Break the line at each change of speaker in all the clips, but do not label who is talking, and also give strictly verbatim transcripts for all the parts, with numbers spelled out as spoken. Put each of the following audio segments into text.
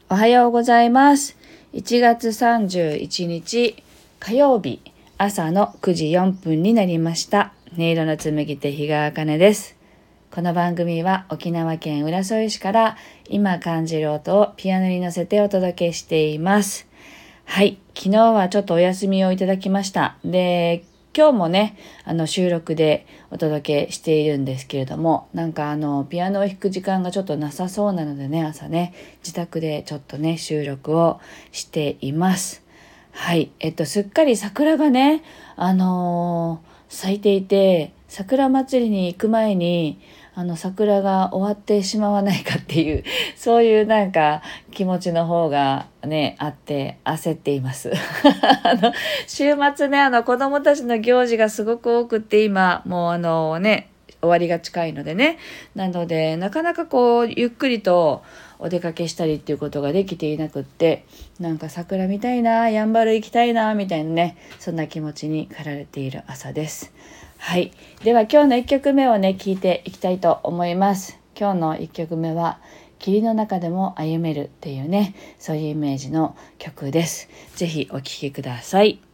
おはようございます。いちがつさんじゅういちにち火曜日朝のくじよんぷんになりました。音色の紡手日川茜です。この番組は沖縄県浦添市から今感じる音をピアノに乗せてお届けしています。はい、昨日はちょっとお休みをいただきました。で、今日もね、あの収録でお届けしているんですけれども、なんかあのピアノを弾く時間がちょっとなさそうなのでね、朝ね、自宅でちょっとね、収録をしています。はい、えっと、すっかり桜がね、あのー咲いていて、桜祭りに行く前に、あの桜が終わってしまわないかっていうそういうなんか気持ちの方がねあって焦っていますあの週末ねあの子供たちの行事がすごく多くって今もうあのね終わりが近いのでねなのでなかなかこうゆっくりとお出かけしたりっていうことができていなくってなんか桜見たいなやんばる行きたいなみたいなねそんな気持ちに駆られている朝です。はい。では今日のいっきょくめをね、聴いていきたいと思います。今日のいっきょくめは、霧の中でも歩めるっていうね、そういうイメージの曲です。ぜひお聴きください。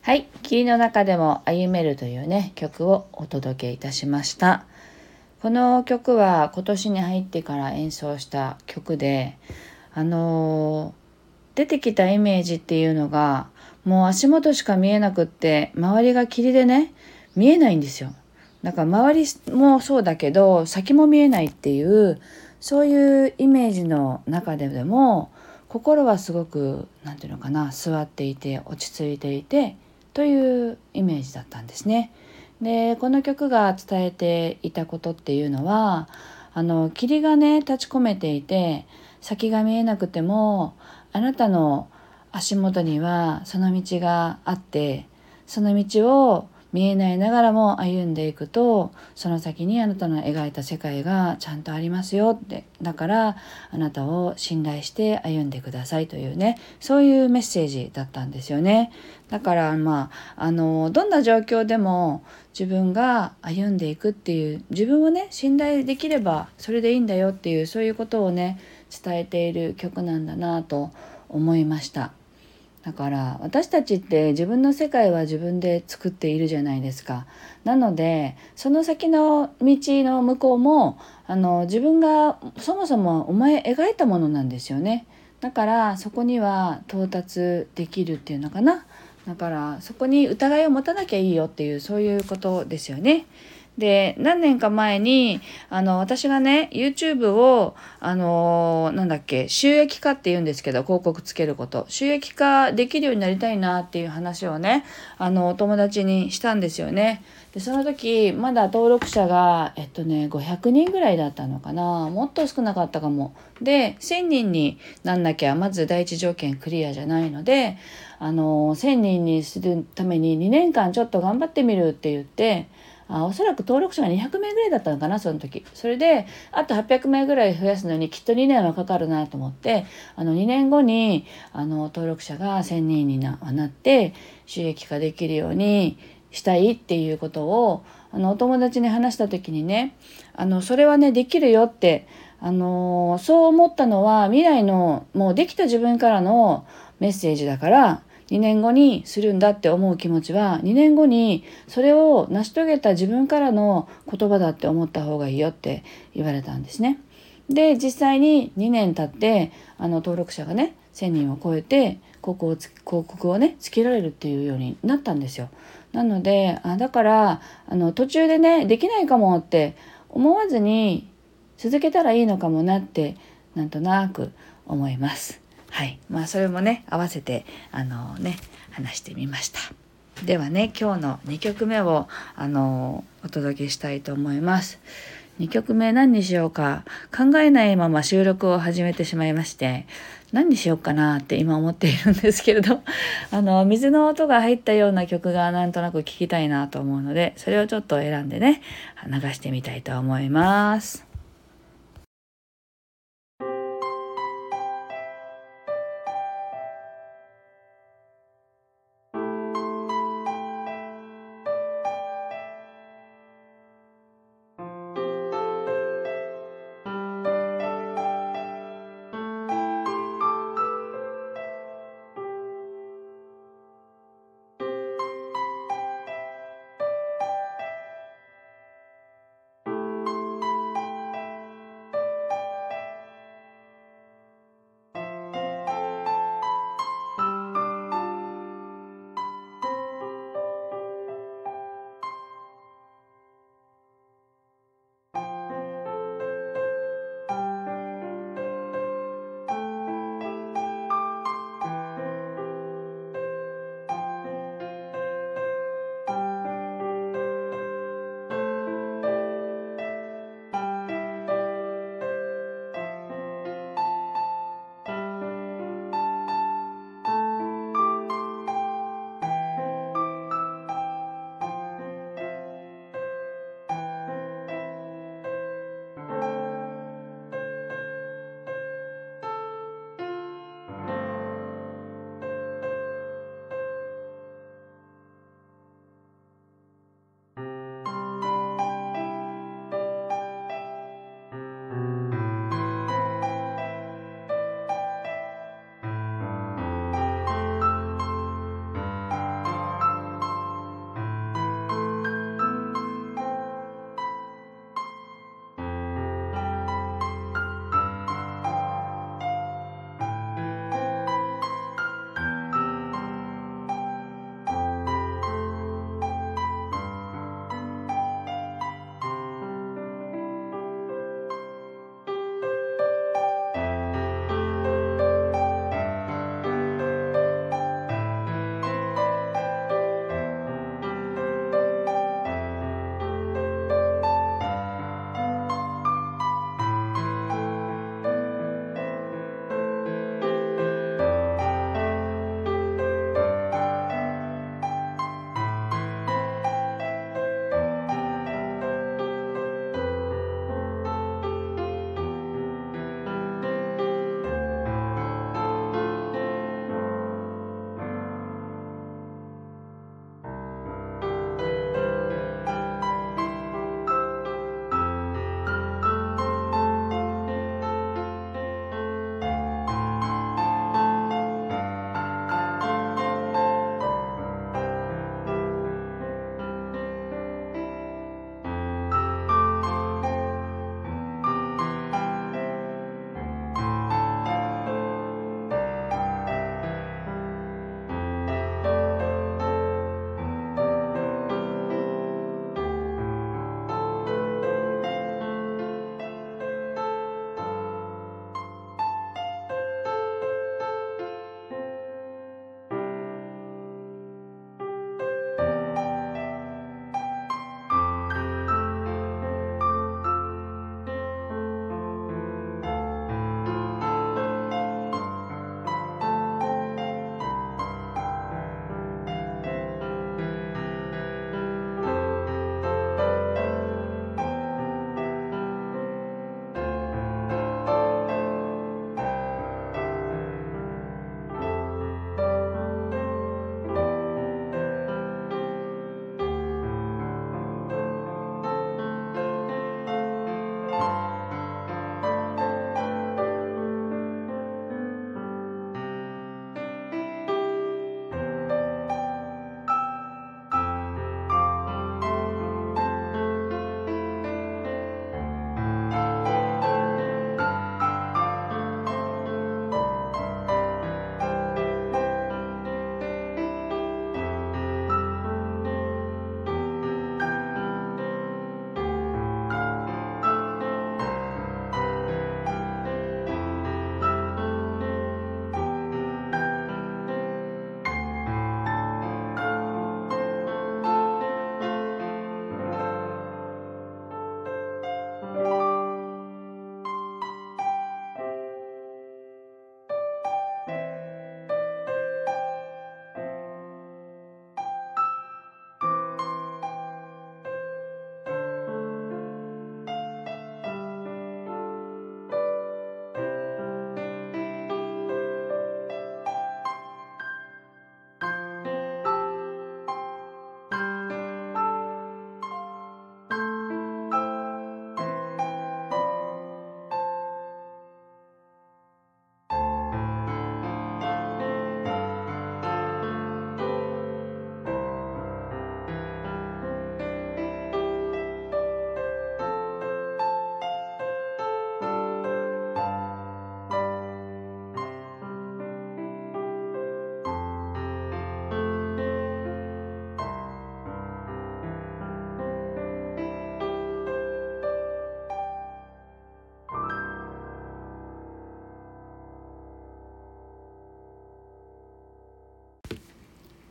はい、霧の中でも歩めるというね曲をお届けいたしました。この曲は今年に入ってから演奏した曲で、あのー、出てきたイメージっていうのがもう足元しか見えなくって、周りが霧でね見えないんですよ。だから周りもそうだけど先も見えないっていう、そういうイメージの中ででも心はすごくなんていうのかな、座っていて落ち着いていてというイメージだったんですね。でこの曲が伝えていたことっていうのは、あの霧がね立ち込めていて先が見えなくても、あなたの足元にはその道があって、その道を見えないながらも歩んでいくと、その先にあなたの描いた世界がちゃんとありますよって、だからあなたを信頼して歩んでくださいというね、そういうメッセージだったんですよね。だからまああのどんな状況でも自分が歩んでいくっていう、自分をね信頼できればそれでいいんだよっていう、そういうことをね伝えている曲なんだなと思いました。だから私たちって自分の世界は自分で作っているじゃないですか。なのでその先の道の向こうもあの自分がそもそもお前描いたものなんですよね。だからそこには到達できるっていうのかな。だからそこに疑いを持たなきゃいいよっていう、そういうことですよね。で何年か前にあの私がね YouTube をあのなんだっけ収益化っていうんですけど、広告つけること収益化できるようになりたいなっていう話をねあのお友達にしたんですよね。でその時まだ登録者がえっとねごひゃくにんぐらいだったのかな、もっと少なかったかも。でせんにんになんなきゃまず第一条件クリアじゃないので、あのせんにんにするためににねんかんちょっと頑張ってみるって言って、あおそらく登録者がにひゃくめいぐらいだったのかなその時。それであとはっぴゃくめいぐらい増やすのにきっとにねんはかかるなと思って、あのにねんごにあの登録者がせんにんに な, なって収益化できるようにしたいっていうことをあのお友達に話した時にね、あのそれはねできるよって、あのそう思ったのは未来のもうできた自分からのメッセージだから、にねんごにするんだって思う気持ちはにねんごにそれを成し遂げた自分からの言葉だって思った方がいいよって言われたんですね。で実際ににねん経ってあの登録者がねせんにんを超えて広告をつ広告をねつけられるっていうようになったんですよ。なのであだからあの途中でねできないかもって思わずに続けたらいいのかもなってなんとなく思います。はい、まあそれもね合わせてあのね話してみました。ではね今日のにきょくめをあのお届けしたいと思います。にきょくめ何にしようか考えないまま収録を始めてしまいまして、何にしようかなって今思っているんですけれどあの水の音が入ったような曲がなんとなく聞きたいなと思うので、それをちょっと選んでね流してみたいと思います。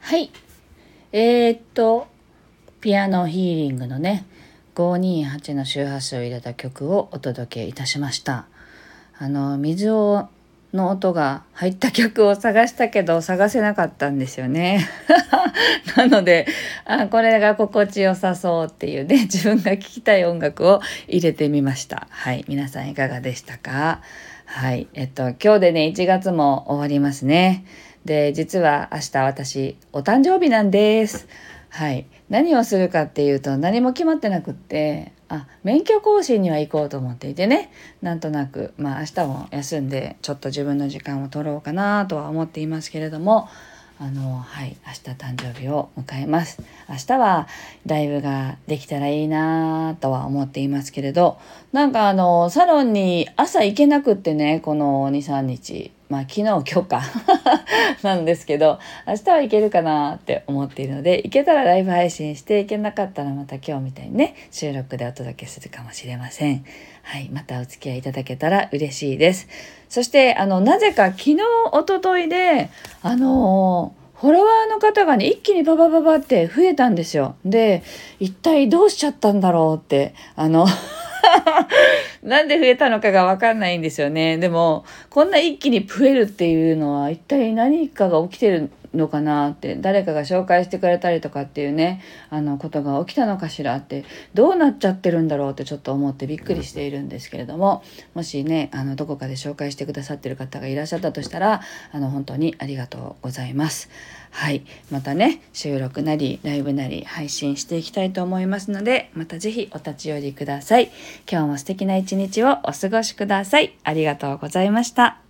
はい。えー、っと、ピアノヒーリングのね、ごーにーはちの周波数を入れた曲をお届けいたしました。あの、水をの音が入った曲を探したけど探せなかったんですよね。なので、あ、これが心地よさそうっていうね、自分が聴きたい音楽を入れてみました。はい。皆さんいかがでしたか？はい。えっと、今日でね、いちがつも終わりますね。で、実は明日私、お誕生日なんです。はい。何をするかっていうと何も決まってなくって、あ、免許更新には行こうと思っていてね、なんとなく、まあ明日も休んでちょっと自分の時間を取ろうかなとは思っていますけれども、あの、はい、明日誕生日を迎えます。明日はライブができたらいいなとは思っていますけれど、なんかあの、サロンに朝行けなくってね、このに、さんにち、まあ昨日今日かなんですけど、明日は行けるかなって思っているので、行けたらライブ配信して、行けなかったらまた今日みたいにね、収録でお届けするかもしれません。はい、またお付き合いいただけたら嬉しいです。そしてあの、なぜか昨日一昨日であのフォロワーの方がね、一気にババババって増えたんですよ。で、一体どうしちゃったんだろうって、あのなんで増えたのかがわかんないんですよね。でも、こんな一気に増えるっていうのは一体何かが起きてるのかなって、誰かが紹介してくれたりとかっていうね、あのことが起きたのかしらって、どうなっちゃってるんだろうってちょっと思ってびっくりしているんですけれども、もしね、あのどこかで紹介してくださってる方がいらっしゃったとしたら、あの本当にありがとうございます。はい、またね、収録なりライブなり配信していきたいと思いますので、またぜひお立ち寄りください。今日も素敵な一日をお過ごしください。ありがとうございました。